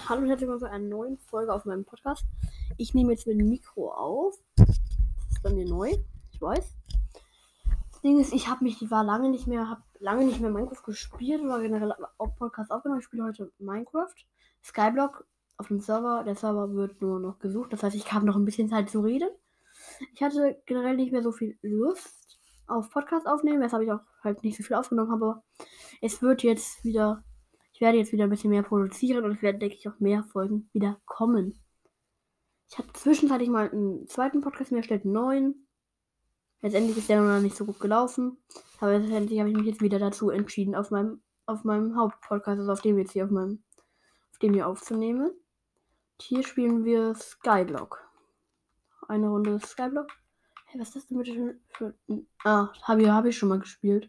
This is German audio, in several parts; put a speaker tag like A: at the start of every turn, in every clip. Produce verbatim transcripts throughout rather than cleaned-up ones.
A: Hallo und herzlich willkommen zu einer neuen Folge auf meinem Podcast. Ich nehme jetzt mit dem Mikro auf. Das ist bei mir neu, ich weiß. Das Ding ist, ich habe mich, ich war lange nicht mehr, habe lange nicht mehr Minecraft gespielt oder generell auch Podcast aufgenommen. Ich spiele heute Minecraft. Skyblock auf dem Server. Der Server wird nur noch gesucht. Das heißt, ich habe noch ein bisschen Zeit zu reden. Ich hatte generell nicht mehr so viel Lust auf Podcast aufnehmen, weshalb ich auch halt nicht so viel aufgenommen habe. Aber es wird jetzt wieder, ich werde jetzt wieder ein bisschen mehr produzieren und es werden, denke ich, auch mehr Folgen wieder kommen. Ich habe zwischenzeitlich mal einen zweiten Podcast mehr erstellt, einen neuen. Letztendlich ist der noch nicht so gut gelaufen. Aber letztendlich habe ich mich jetzt wieder dazu entschieden, auf meinem, auf meinem Hauptpodcast, also auf dem jetzt hier, auf meinem, auf dem hier aufzunehmen. Hier spielen wir Skyblock. Eine Runde Skyblock. Hey, was ist das denn bitte für. Ah, habe ich, hab ich schon mal gespielt.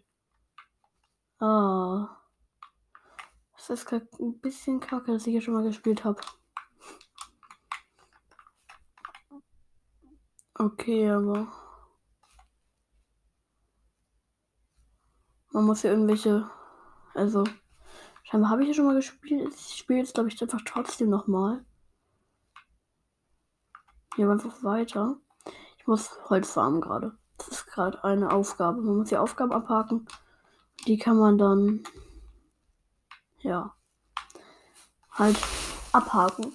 A: Ah. Das ist ein bisschen kacke, dass ich hier schon mal gespielt habe. Okay, aber. Man muss ja irgendwelche. Also. Scheinbar habe ich hier schon mal gespielt. Ich spiele jetzt, glaube ich, einfach trotzdem nochmal. Hier einfach weiter. Ich muss Holz farmen gerade. Das ist gerade eine Aufgabe. Man muss die Aufgaben abhaken. Die kann man dann. Ja. Halt abhaken.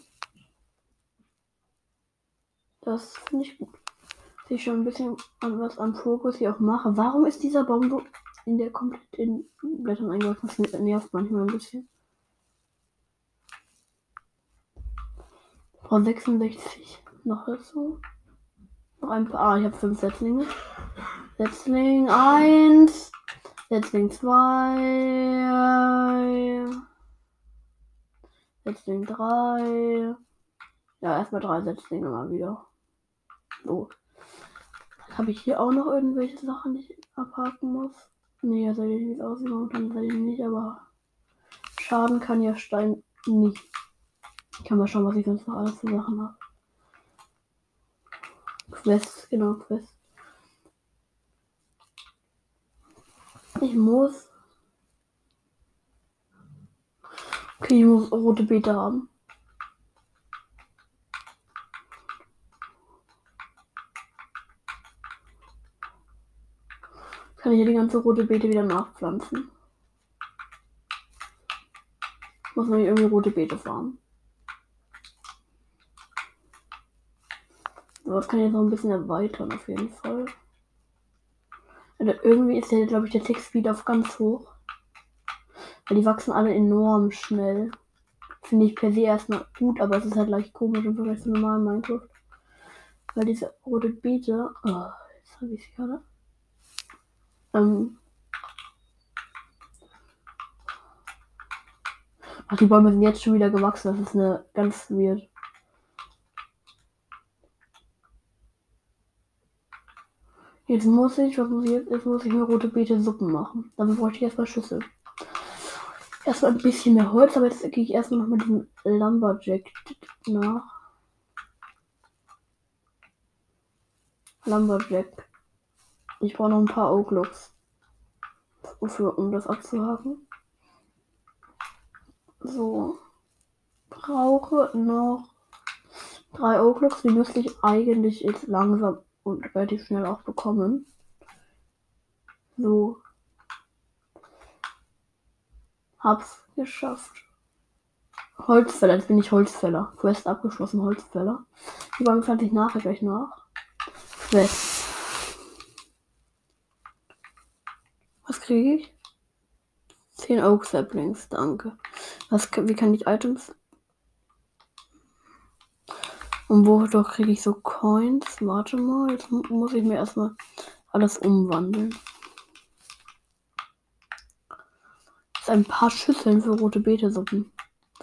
A: Das finde ich gut. Dass ich schon ein bisschen an was am Fokus hier auch mache. Warum ist dieser Baum so in der komplett in Blättern eingewachsen? Das nervt manchmal ein bisschen. Frau sechsundsechzig. Noch dazu. Noch ein paar. Ah, ich habe fünf Setzlinge. Setzling eins. Setzling zwei. Setzling drei. Ja, erstmal drei Setzlinge mal wieder. So. Habe ich hier auch noch irgendwelche Sachen, die ich abhaken muss? Nee, das sieht nicht aus. Momentan sehe ich nicht, aber Schaden kann ja Stein nicht. Ich kann mal schauen, was ich sonst noch alles für Sachen habe. Quest, genau, Quest. Ich muss. Okay, ich muss rote Beete haben. Kann ich hier die ganze rote Beete wieder nachpflanzen. Muss man hier irgendwie rote Beete farmen. So, das kann ich jetzt noch ein bisschen erweitern, auf jeden Fall. Also irgendwie ist der, glaube ich, der Tick-Speed auf ganz hoch. Weil die wachsen alle enorm schnell. Finde ich per se erstmal gut, aber es ist halt leicht komisch im Vergleich zu normalen Minecraft. Weil diese rote Beete. Oh, jetzt habe ich sie gerade. Ähm. Ach, die Bäume sind jetzt schon wieder gewachsen. Das ist eine ganz weird. Jetzt muss ich, was muss ich jetzt? Jetzt muss ich mir rote Beete Suppen machen. Dafür bräuchte ich erstmal Schüssel. Erstmal ein bisschen mehr Holz, aber jetzt gehe ich erstmal noch mit dem Lumberjack nach. Lumberjack. Ich brauche noch ein paar Oak Logs. Für, um das abzuhaken. So. Brauche noch drei Oak Logs. Die müsste ich eigentlich jetzt langsam und relativ schnell auch bekommen. So. Hab's geschafft. Holzfäller, jetzt bin ich Holzfäller. Quest abgeschlossen, Holzfäller. Die Bäume pflanze ich nachher gleich nach. Quest. Was kriege ich? zehn Oak Saplings, danke. Was, wie kann ich Items? Und wodurch kriege ich so Coins? Warte mal, jetzt muss ich mir erstmal alles umwandeln. Jetzt ein paar Schüsseln für rote Beete-Suppen.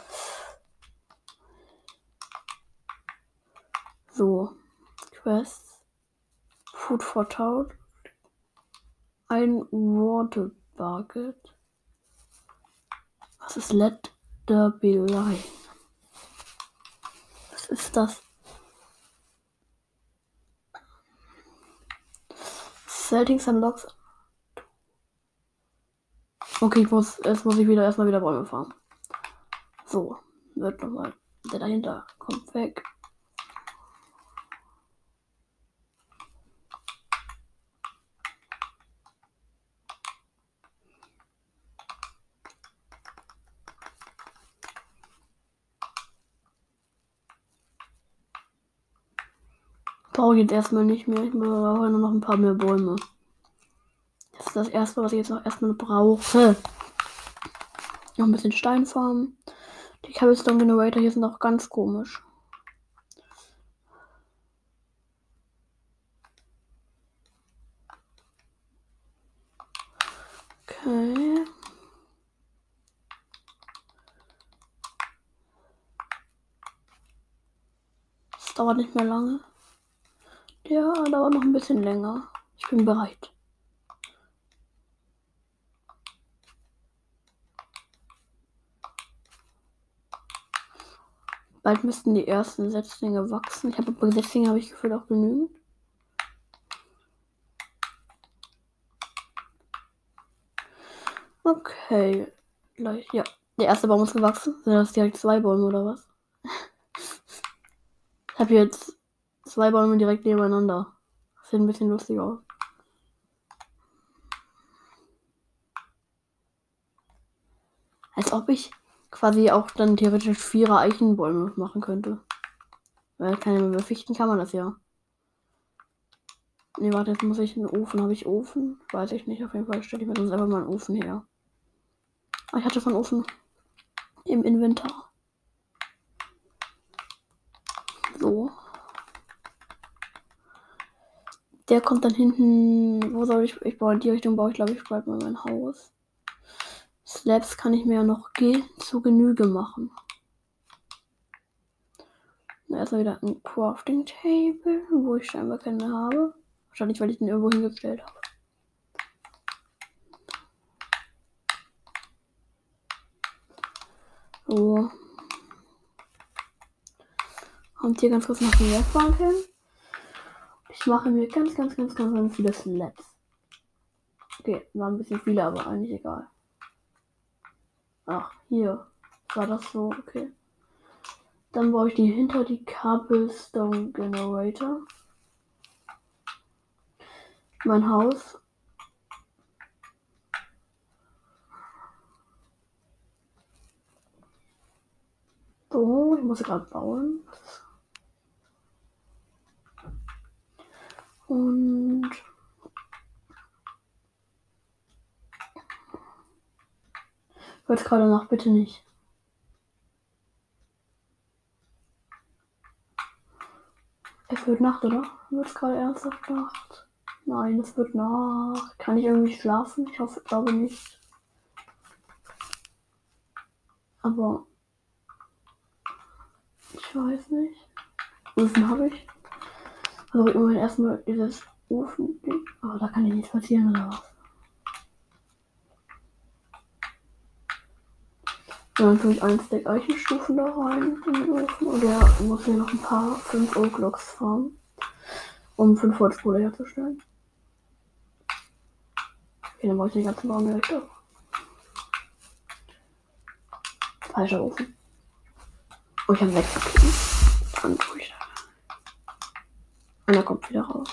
A: So. Quest. Food for Toad. Ein Water Bucket. Was ist Let the be line? Was ist das? Settings unlocks. Okay, ich muss, jetzt muss ich wieder erstmal wieder Bäume farmen. So, wird nochmal Der dahinter kommt weg. Brauche ich jetzt erstmal nicht mehr. Ich brauche nur noch ein paar mehr Bäume. Das ist das erste, was ich jetzt noch erstmal brauche. Noch ein bisschen Steinfarmen. Die Cobblestone Generator hier sind auch ganz komisch. Okay. Das dauert nicht mehr lange. Ja, dauert noch ein bisschen länger. Ich bin bereit. Bald müssten die ersten Setzlinge wachsen. Ich habe aber Setzlinge habe ich gefühlt auch genügend. Okay. Gleich, ja. Der erste Baum ist gewachsen. Sind das direkt zwei Bäume oder was? Ich habe jetzt zwei Bäume direkt nebeneinander. Das sieht ein bisschen lustig aus. Als ob ich quasi auch dann theoretisch vierer Eichenbäume machen könnte. Weil keine mehr Fichten kann man das ja. Ne, warte, jetzt muss ich einen Ofen. Habe ich Ofen? Weiß ich nicht. Auf jeden Fall stelle ich mir sonst einfach mal einen Ofen her. Ah, ich hatte schon Ofen im Inventar. So. Der kommt dann hinten. Wo soll ich? Ich baue in die Richtung, baue ich glaube ich, bleibe mal mein Haus. Slabs kann ich mir ja noch ge zu Genüge machen. Na, erstmal wieder ein Crafting Table, wo ich scheinbar keine habe. Wahrscheinlich, weil ich den irgendwo hingestellt habe. So. Kommt hier ganz kurz noch die Werkbank hin. Ich mache mir ganz, ganz, ganz, ganz, ganz viele Slabs. Okay, waren ein bisschen viele, aber eigentlich egal. Ach, hier war das so, okay. Dann baue ich die hinter die Cobblestone Generator. Mein Haus. So, ich muss gerade bauen. Und wird gerade Nacht, bitte nicht. Es wird Nacht, oder? Wird es gerade ernsthaft Nacht? Nein, es wird Nacht. Kann ich irgendwie schlafen? Ich hoffe, glaube nicht. Aber ich weiß nicht. Ofen habe ich. Also immerhin erstmal dieses Ofen. Aber oh, da kann ich nichts passieren, oder was? Dann tue ich ein Stack Eichenstufen da rein in den Ofen. Und der muss mir noch ein paar fünf Oak Logs farmen, um fünf Holzkohle herzustellen. Okay, dann baue ich den ganzen Baum direkt auf. Falscher Ofen. Oh, ich habe sechs. Dann tue ich da. Einer kommt wieder raus.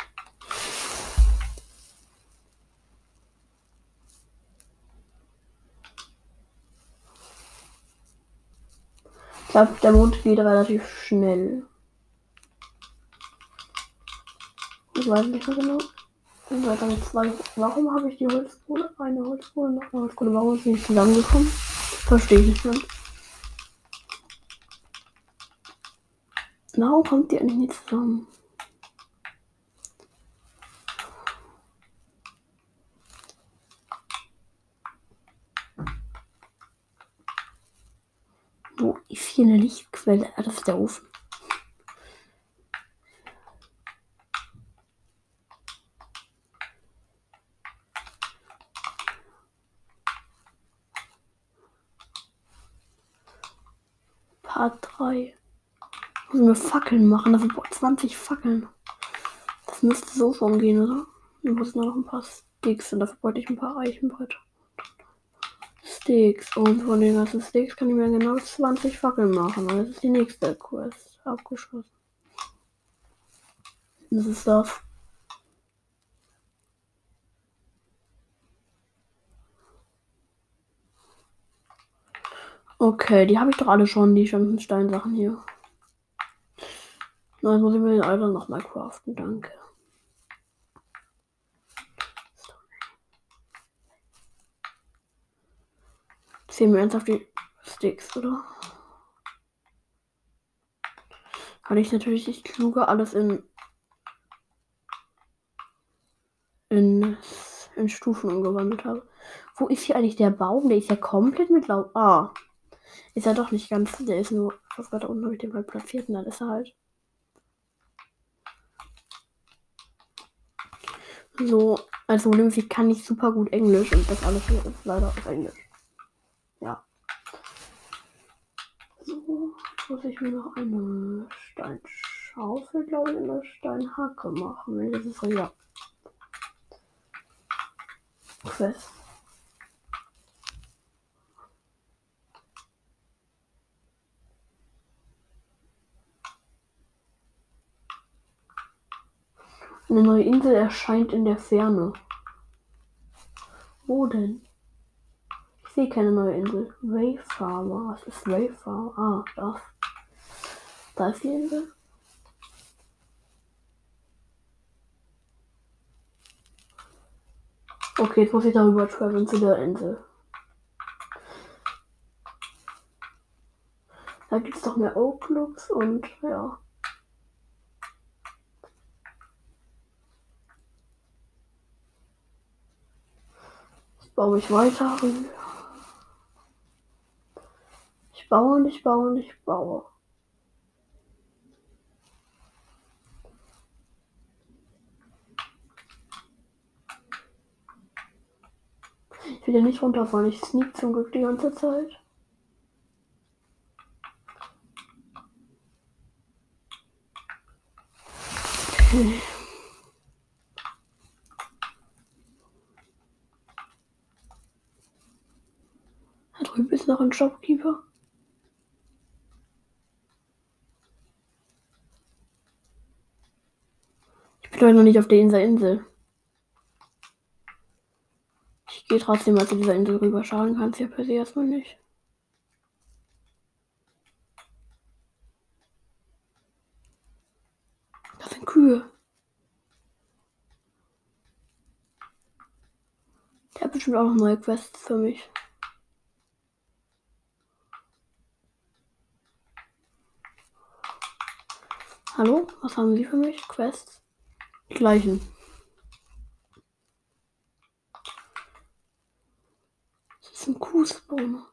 A: Ich glaube, der Mond geht relativ schnell. Ich weiß nicht mehr genau. Dann zwei. Warum habe ich die Holzkohle? Eine Holzkohle, noch eine Holzkohle. Warum ist sie nicht zusammengekommen? Verstehe ich nicht mehr. Warum kommt die eigentlich nicht zusammen? Wo ist hier eine Lichtquelle? Ah, das ist der Ofen. Part drei. Müssen wir Fackeln machen? Das sind zwanzig Fackeln. Das müsste so schon gehen, oder? Wir müssen noch ein paar Sticks und dafür wollte ich ein paar Eichenbretter. Steaks. Und von den ganzen Steaks kann ich mir genau zwanzig Fackeln machen. Und das ist die nächste Quest. Abgeschlossen. Das ist das. Okay, die habe ich doch alle schon, die ganzen Steinsachen hier. Na, jetzt muss ich mir den Alter nochmal craften, danke. Zählen wir ernsthaft die Sticks, oder? Weil ich natürlich nicht kluger alles in, in, in Stufen umgewandelt habe. Wo ist hier eigentlich der Baum? Der ist ja komplett mit Laub. Ah. Ist er doch nicht ganz. Der ist nur fast weiter unten, habe ich den mal platziert. Und dann ist er halt. So. Also, ich kann nicht super gut Englisch. Und das alles hier ist leider auf Englisch. Ja. So. Jetzt muss ich mir noch eine Steinschaufel, glaube ich, in der Steinhacke machen. Das ist so, ja. Quest. Eine neue Insel erscheint in der Ferne. Wo denn? Ich sehe keine neue Insel. Wayfarmer. Was ist Wayfarmer? Ah, das. Da ist die Insel. Okay, jetzt muss ich darüber traveln zu der Insel. Da gibt es doch mehr Oaklooks und ja. Jetzt baue ich weiter. Ich baue und ich baue und ich baue. Ich will ja nicht runterfallen. Ich sneak zum Glück die ganze Zeit. Okay. Da drüben ist noch ein Shopkeeper. Ich bin heute noch nicht auf der Insel Insel. Ich gehe trotzdem mal zu dieser Insel rüber. Schauen kann es ja per se erstmal nicht. Das sind Kühe. Der hat bestimmt auch noch neue Quests für mich. Hallo? Was haben Sie für mich? Quests? Die gleichen. Das ist ein Kuhspawner.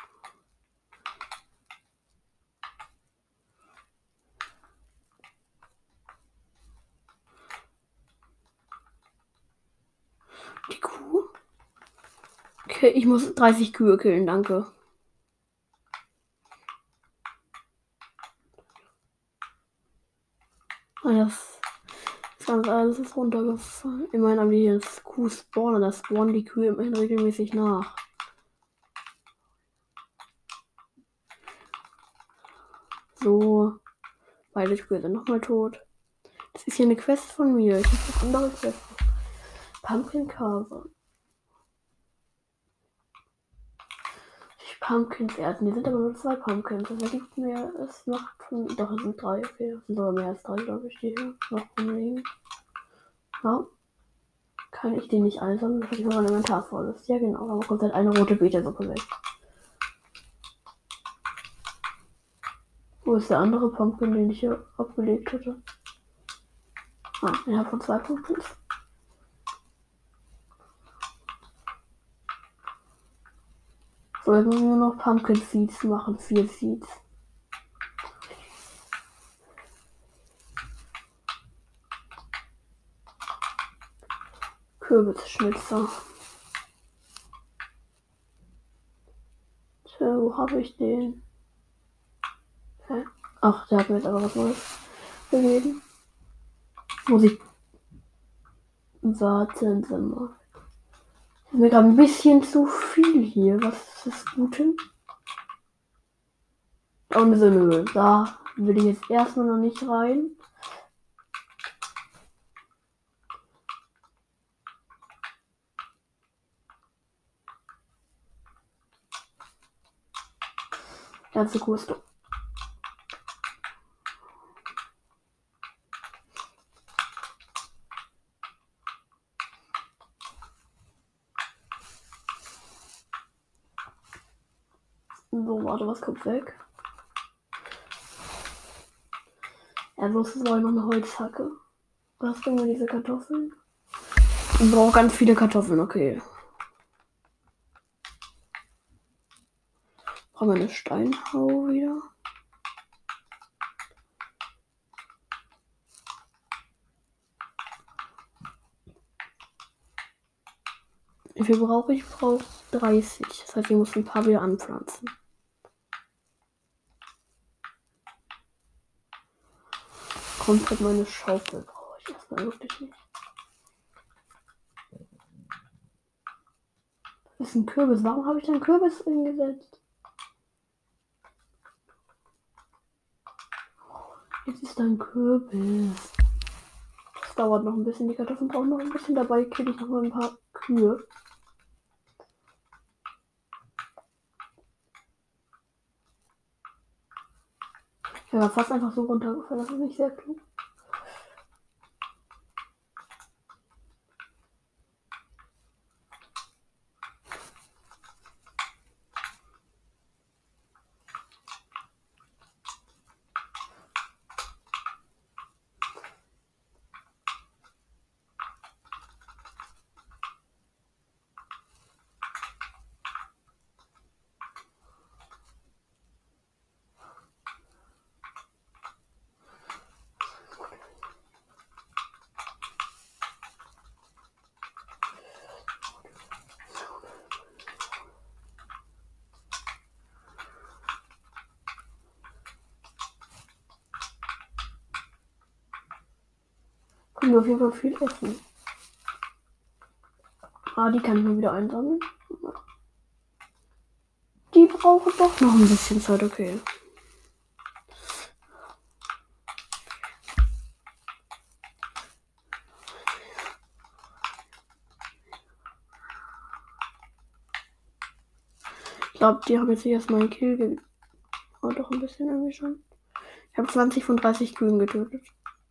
A: Die Kuh? Okay, ich muss dreißig Kühe killen, danke. Das, das ganze alles ist runtergefallen. Immerhin haben wir hier das Kuh-Spawner. Da spawnen die Kühe immerhin regelmäßig nach. So. Beide Kühe sind nochmal tot. Das ist hier eine Quest von mir. Ich habe noch andere Quests. Pumpkin Carver. Pumpkins ernten. Die sind aber nur zwei Pumpkins. Das ergibt mir, es macht von, doch, es sind drei. Okay, es sind sogar mehr als drei, glaube ich, die hier noch rumliegen. Ja. Kann ich den nicht alle sammeln? Das habe ich noch ein Inventar voll ist. Ja, genau. Aber kommt halt eine rote Beete-Suppe weg. Wo ist der andere Pumpkin, den ich hier abgelegt hatte? Ah, ich habe von zwei Pumpkins. So, jetzt müssen wir nur noch Pumpkin Seeds machen. Vier Seeds. Kürbisschnitzer. Tja, wo habe ich den? Okay. Ach, der hat mir jetzt aber was Neues gegeben. Muss ich. Warten Sie mal. Ist mir gerade ein bisschen zu viel hier. Was ist das Gute? Und so, nö. Da will ich jetzt erstmal noch nicht rein. Ganze Kurs. So, warte, was kommt weg? Ja, bloß ist noch eine Holzhacke. Was bringen wir diese Kartoffeln? Ich brauche ganz viele Kartoffeln, okay. Brauchen wir eine Steinhau wieder? Wie viel brauche ich? Ich brauche dreißig. Das heißt, ich muss ein paar wieder anpflanzen. Komplett meine Schaufel brauche ich erstmal wirklich nicht. Das ist ein Kürbis. Warum habe ich da einen Kürbis hingesetzt? Jetzt ist da ein Kürbis. Das dauert noch ein bisschen. Die Kartoffeln brauchen noch ein bisschen. Dabei kriege ich noch mal ein paar Kühe. Ich wäre fast einfach so runtergefallen. Das ist nicht sehr klug. Können wir auf jeden Fall viel essen. Ah, die kann ich mal wieder einsammeln. Die brauchen doch noch ein bisschen Zeit, okay. Ich glaube, die haben jetzt nicht erstmal einen Kill ge... Oh, doch ein bisschen irgendwie schon. Ich habe zwanzig von dreißig Kühen getötet.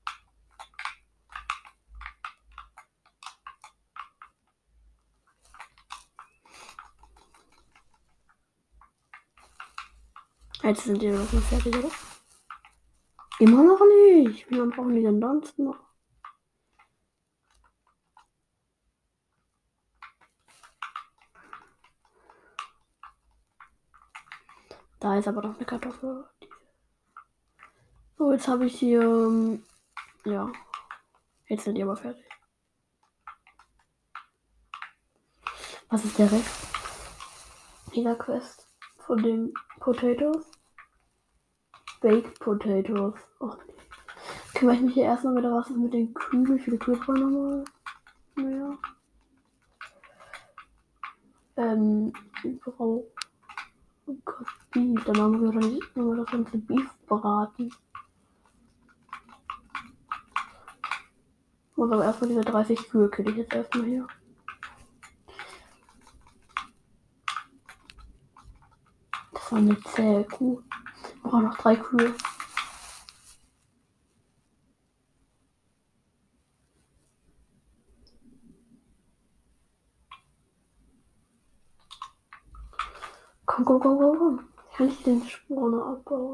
A: Jetzt sind die noch nicht fertig, oder? Immer noch nicht. Wie lange brauchen die denn sonst noch? Da ist aber noch eine Kartoffel. So, jetzt habe ich hier... Ähm, ja. Jetzt sind die aber fertig. Was ist der Rest dieser Quest? Von den Potatoes? Baked Potatoes. Oh, nee. Kümmere ich mich hier erstmal wieder, was ist mit den Kühen? Wie viele Kühe brauchen nochmal? Naja. Ähm, ich brauche... Oh Gott, Beef. Dann machen wir doch nur das ganze Beef braten. Muss aber erstmal diese dreißig Kühe kill ich jetzt erstmal hier. Das war eine zähe Kuh. Ich brauche noch drei Kühe. Komm, komm, komm, komm, komm. Kann ich den Spawner abbauen?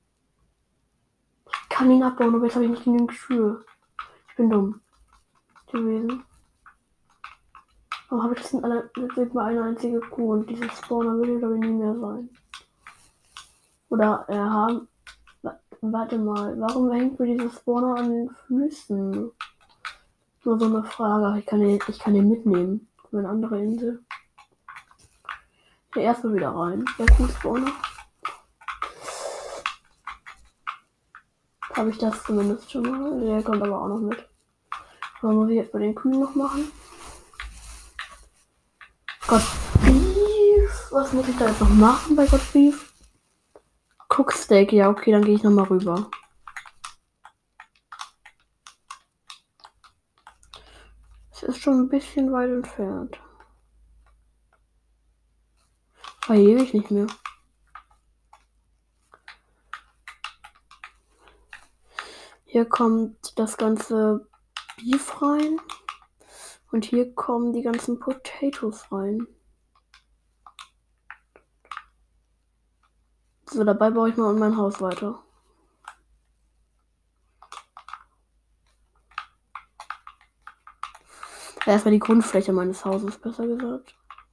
A: Ich kann ihn abbauen, aber jetzt habe ich nicht genügend Kühe. Ich bin dumm gewesen. Warum habe ich das denn alle? Jetzt sieht mal eine einzige Kuh und dieses Spawner will ich glaube ich nie mehr sein. Oder äh, haben. Warte mal, warum hängt mir dieses Spawner an den Füßen? Nur so eine Frage. Ich kann den, ich kann den mitnehmen. Auf eine andere Insel. Der erste wieder rein. Der Kuh-Spawner. Habe ich das zumindest schon mal. Der kommt aber auch noch mit. Was muss ich jetzt bei den Kühen noch machen? Was muss ich da jetzt noch machen bei God Beef? Cooksteak, ja, okay, dann gehe ich nochmal rüber. Es ist schon ein bisschen weit entfernt. Aber hier will ich nicht mehr. Hier kommt das ganze Beef rein. Und hier kommen die ganzen Potatoes rein. So, dabei baue ich mal mein Haus weiter. Erstmal die Grundfläche meines Hauses, besser gesagt.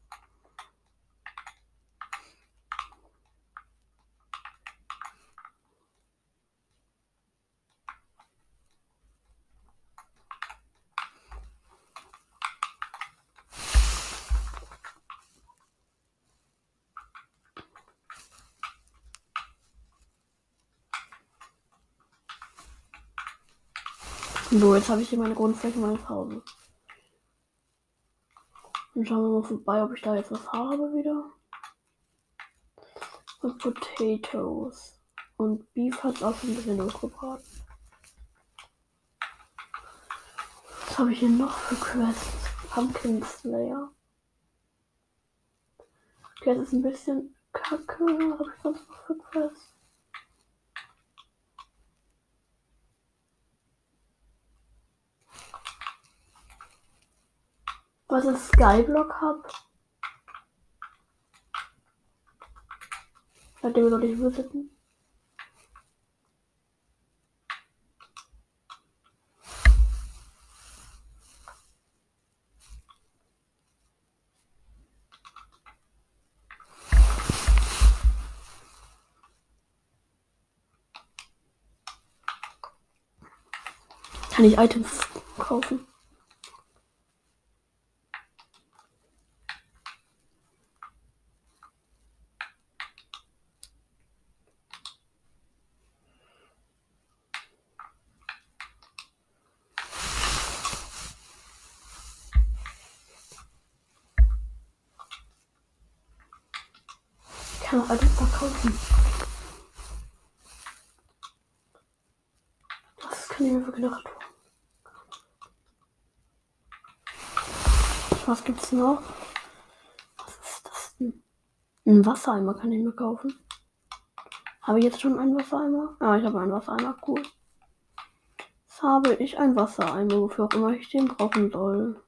A: So, jetzt habe ich hier meine Grundfläche meines Hauses. Dann schauen wir mal vorbei, ob ich da jetzt was habe wieder. Und Potatoes. Und Beef hat auch ein bisschen durchgebraten. Was habe ich hier noch für Quests? Pumpkin Slayer. Okay, das ist ein bisschen kacke. Was habe ich sonst noch für Quests? Was ich Skyblock habe. Seitdem soll ich visiten. Kann ich Items kaufen? Ich kann auch Items verkaufen. Das kann ich mir für Generatoren. Was gibt's noch? Was ist das denn? Ein Wassereimer kann ich mir kaufen. Habe ich jetzt schon einen Wassereimer? Ja, ich habe einen Wassereimer. Cool. Jetzt habe ich einen Wassereimer, wofür auch immer ich den brauchen soll.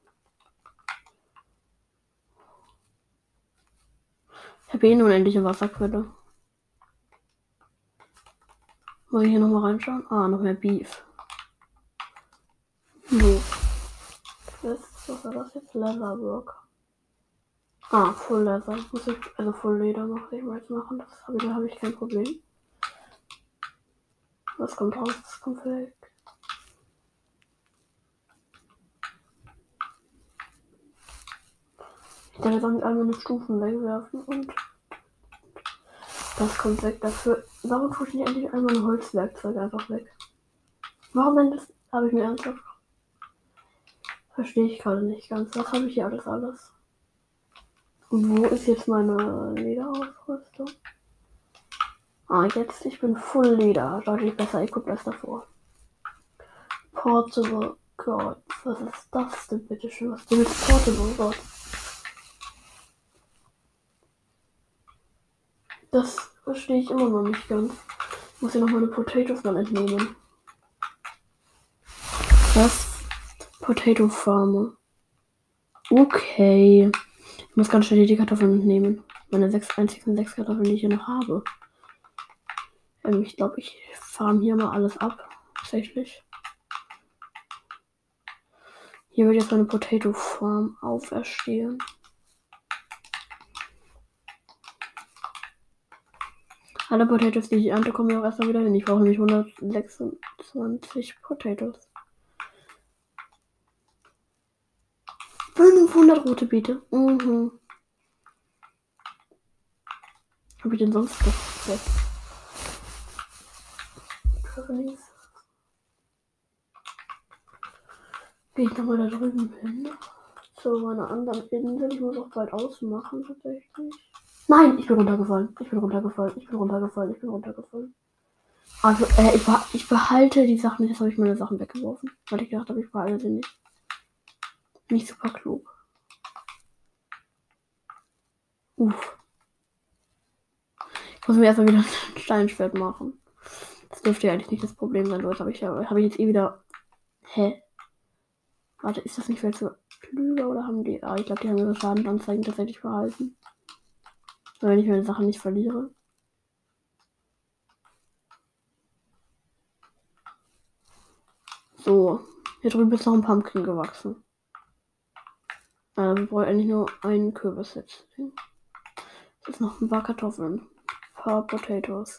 A: Ich habe eh eine unendliche Wasserquelle. Muss ich hier nochmal reinschauen? Ah, noch mehr Beef. So. Jetzt, was war das jetzt? Leatherwork. Ah, Full Leather. Muss ich, also Full Leder muss ich mal jetzt machen. Das habe ich, da habe ich kein Problem. Was kommt raus? Das kommt weg. Ich kann jetzt auch nicht einmal eine Stufen wegwerfen und das kommt weg. Dafür. Warum tue ich nicht endlich einmal ein Holzwerkzeug einfach weg? Warum denn das? Habe ich mir ernsthaft. Verstehe ich gerade nicht ganz. Was habe ich hier alles alles? Und wo ist jetzt meine Lederausrüstung? Ah, jetzt, ich bin Full Leder. Deutlich besser equipped als davor. Portable God. Was ist das denn bitte schön? Was ist denn mit Portable God? Das verstehe ich immer noch nicht ganz. Ich muss hier noch meine Potatoes dann entnehmen. Was? Potato Farmer. Okay. Ich muss ganz schnell die Kartoffeln entnehmen. Meine sechs einzigen sechs Kartoffeln, die ich hier noch habe. Ähm, ich glaube, ich farm hier mal alles ab. Tatsächlich. Hier wird jetzt meine Potato Farm auferstehen. Alle Potatoes, die ich ernte, kommen ja auch erstmal wieder hin. Ich brauche nämlich hundertsechsundzwanzig Potatoes. fünfhundert rote Beete. Mhm. Habe ich denn sonst noch? Ja. Gehe ich nochmal da drüben hin. Zu meiner anderen Insel. Ich muss auch bald ausmachen, tatsächlich. Nein, ich bin runtergefallen. Ich bin runtergefallen. Ich bin runtergefallen. Ich bin runtergefallen. Also, äh, ich, beh ich behalte die Sachen. Jetzt habe ich meine Sachen weggeworfen. Weil ich gedacht habe, ich behalte sie nicht. Nicht super klug. Uff. Ich muss mir erstmal wieder ein Steinschwert machen. Das dürfte ja eigentlich nicht das Problem sein. Leute, habe ich, ja, hab ich jetzt eh wieder. Hä? Warte, ist das nicht viel zu klüger oder haben die. Ah, ich glaube, die haben ihre Schadenanzeigen tatsächlich behalten. Weil wenn ich meine Sachen nicht verliere. So, hier drüben ist noch ein Pumpkin gewachsen. Äh, wir brauchen eigentlich nur einen Kürbis jetzt. Das ist noch ein paar Kartoffeln. Ein paar Potatoes.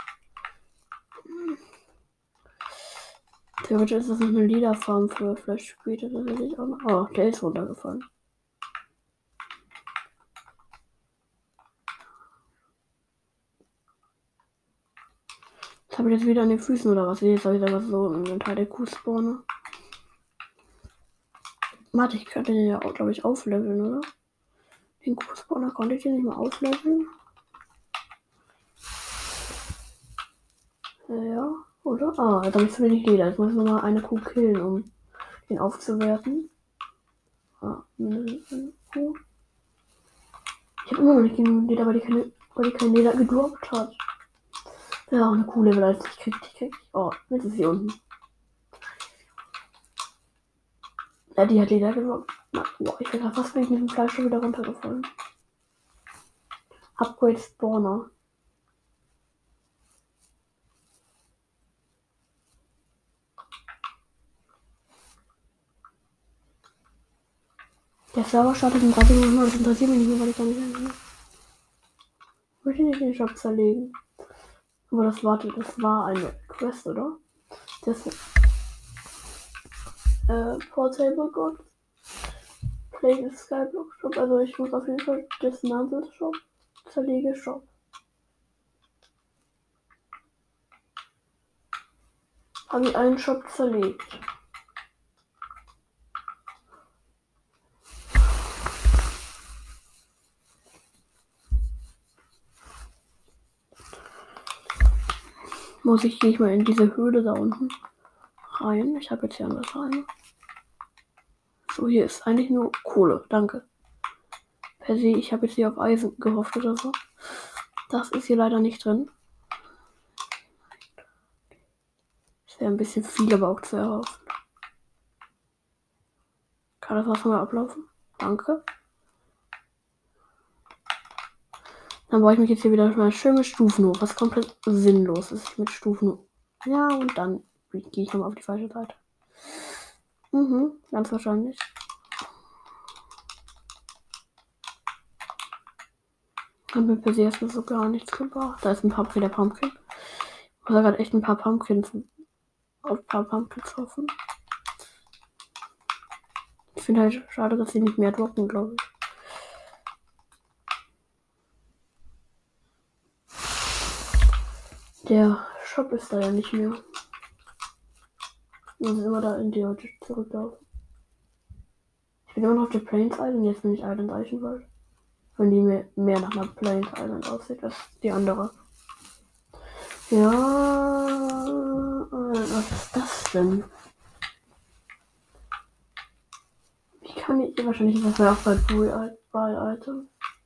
A: Theoretisch ist das noch eine lila Farm für vielleicht später tatsächlich auch noch. Oh, der ist runtergefallen. Das habe ich jetzt wieder an den Füßen oder was? Jetzt habe ich aber so im Inventar der Kuhspawner. Warte, ich könnte den ja auch, glaube ich, aufleveln, oder? Den Kuhspawner konnte ich den nicht mal aufleveln. Ja, oder? Ah, jetzt habe ich zu wenig Leder. Jetzt muss ich nochmal eine Kuh killen, um den aufzuwerten. Ah, eine Kuh. Ich habe immer noch nicht genug Leder, weil die keine, weil die kein Leder gedroppt hat. Ja, auch eine coole Level, als ich krieg, die krieg. Oh, jetzt ist sie unten. Ja, die hat Leder gedroppt. Na, boah, ich bin fast wegen diesem Fleisch schon wieder runtergefallen. Upgrade Spawner. Der Server startet in dreißig Minuten, das interessiert mich nicht mehr, weil ich gar nicht mehr. Ich möchte nicht den Shop zerlegen. Aber das war, das war eine Quest, oder? Das äh, Portable God. Play the Skyblock Shop. Also ich muss auf jeden Fall das Dismantle Shop. Zerlege Shop. Habe ich einen Shop zerlegt. Muss ich, gehe ich mal in diese Höhle da unten rein. Ich habe jetzt hier anders rein. So, hier ist eigentlich nur Kohle. Danke. Per se, ich habe jetzt hier auf Eisen gehofft oder so. Das ist hier leider nicht drin. Das wäre ein bisschen viel, aber auch zu erhoffen. Kann das was mal ablaufen? Danke. Dann baue ich mich jetzt hier wieder mal schön mit Stufen hoch, was komplett sinnlos ist mit Stufen. Ja, und dann gehe ich nochmal auf die falsche Seite. Mhm, ganz wahrscheinlich. Hat mir per se erstmal so gar nichts gebracht. Da ist ein paar wieder Pumpkin. Ich muss gerade echt ein paar Pumpkins auf ein paar Pumpkins hoffen. Ich finde halt schade, dass sie nicht mehr droppen, glaube ich. Der Shop ist da ja nicht mehr. Wir sind immer da in die Hütte zurücklaufen. Ich bin immer noch auf der Plains Island, jetzt bin ich Island Eichenwald. Wenn die mehr, mehr nach einer Plains Island aussieht als die andere. Ja, was ist das denn? Wie kann ich, wahrscheinlich ist das ja auch bei Buy Item.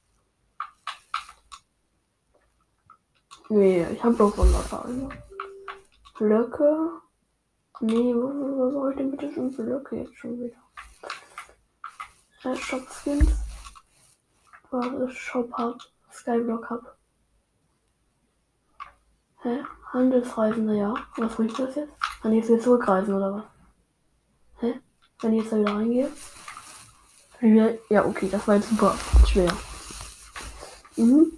A: Nee, ich habe doch Sondertage. Blöcke. Nee, wo, wo, wo soll ich denn bitte schon Blöcke jetzt schon wieder? Äh, Shop Skins. Was ist Shop Hub? Skyblock Hub. Hä? Handelsreisende, ja. Was bringt das jetzt? Kann ich jetzt wieder zurückreisen oder was? Hä? Wenn ich jetzt da wieder reingehe? Ja, okay, das war jetzt super schwer. Mhm.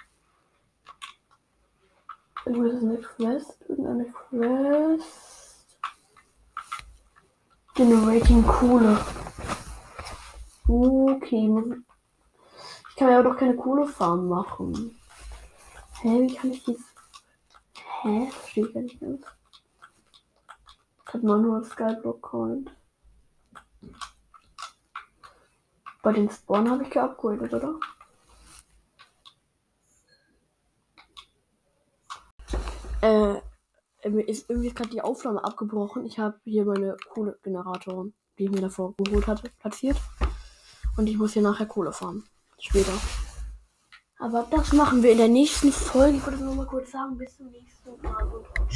A: Irgendwas ist eine Quest. Irgendeine Quest. Generating Kohle. Okay. Ich kann ja doch keine Kohlefarm machen. Hä, wie kann ich dies? Hä? Verstehe ich ja nicht ganz. Hat man nur Skyblock Coin. Bei den Spawn habe ich geupgradet, oder? mir ist irgendwie gerade die Aufnahme abgebrochen. Ich habe hier meine Kohlegeneratoren, die ich mir davor geholt hatte, platziert. Und ich muss hier nachher Kohle fahren. Später. Aber das machen wir in der nächsten Folge. Ich wollte nur mal kurz sagen, bis zum nächsten Mal. Und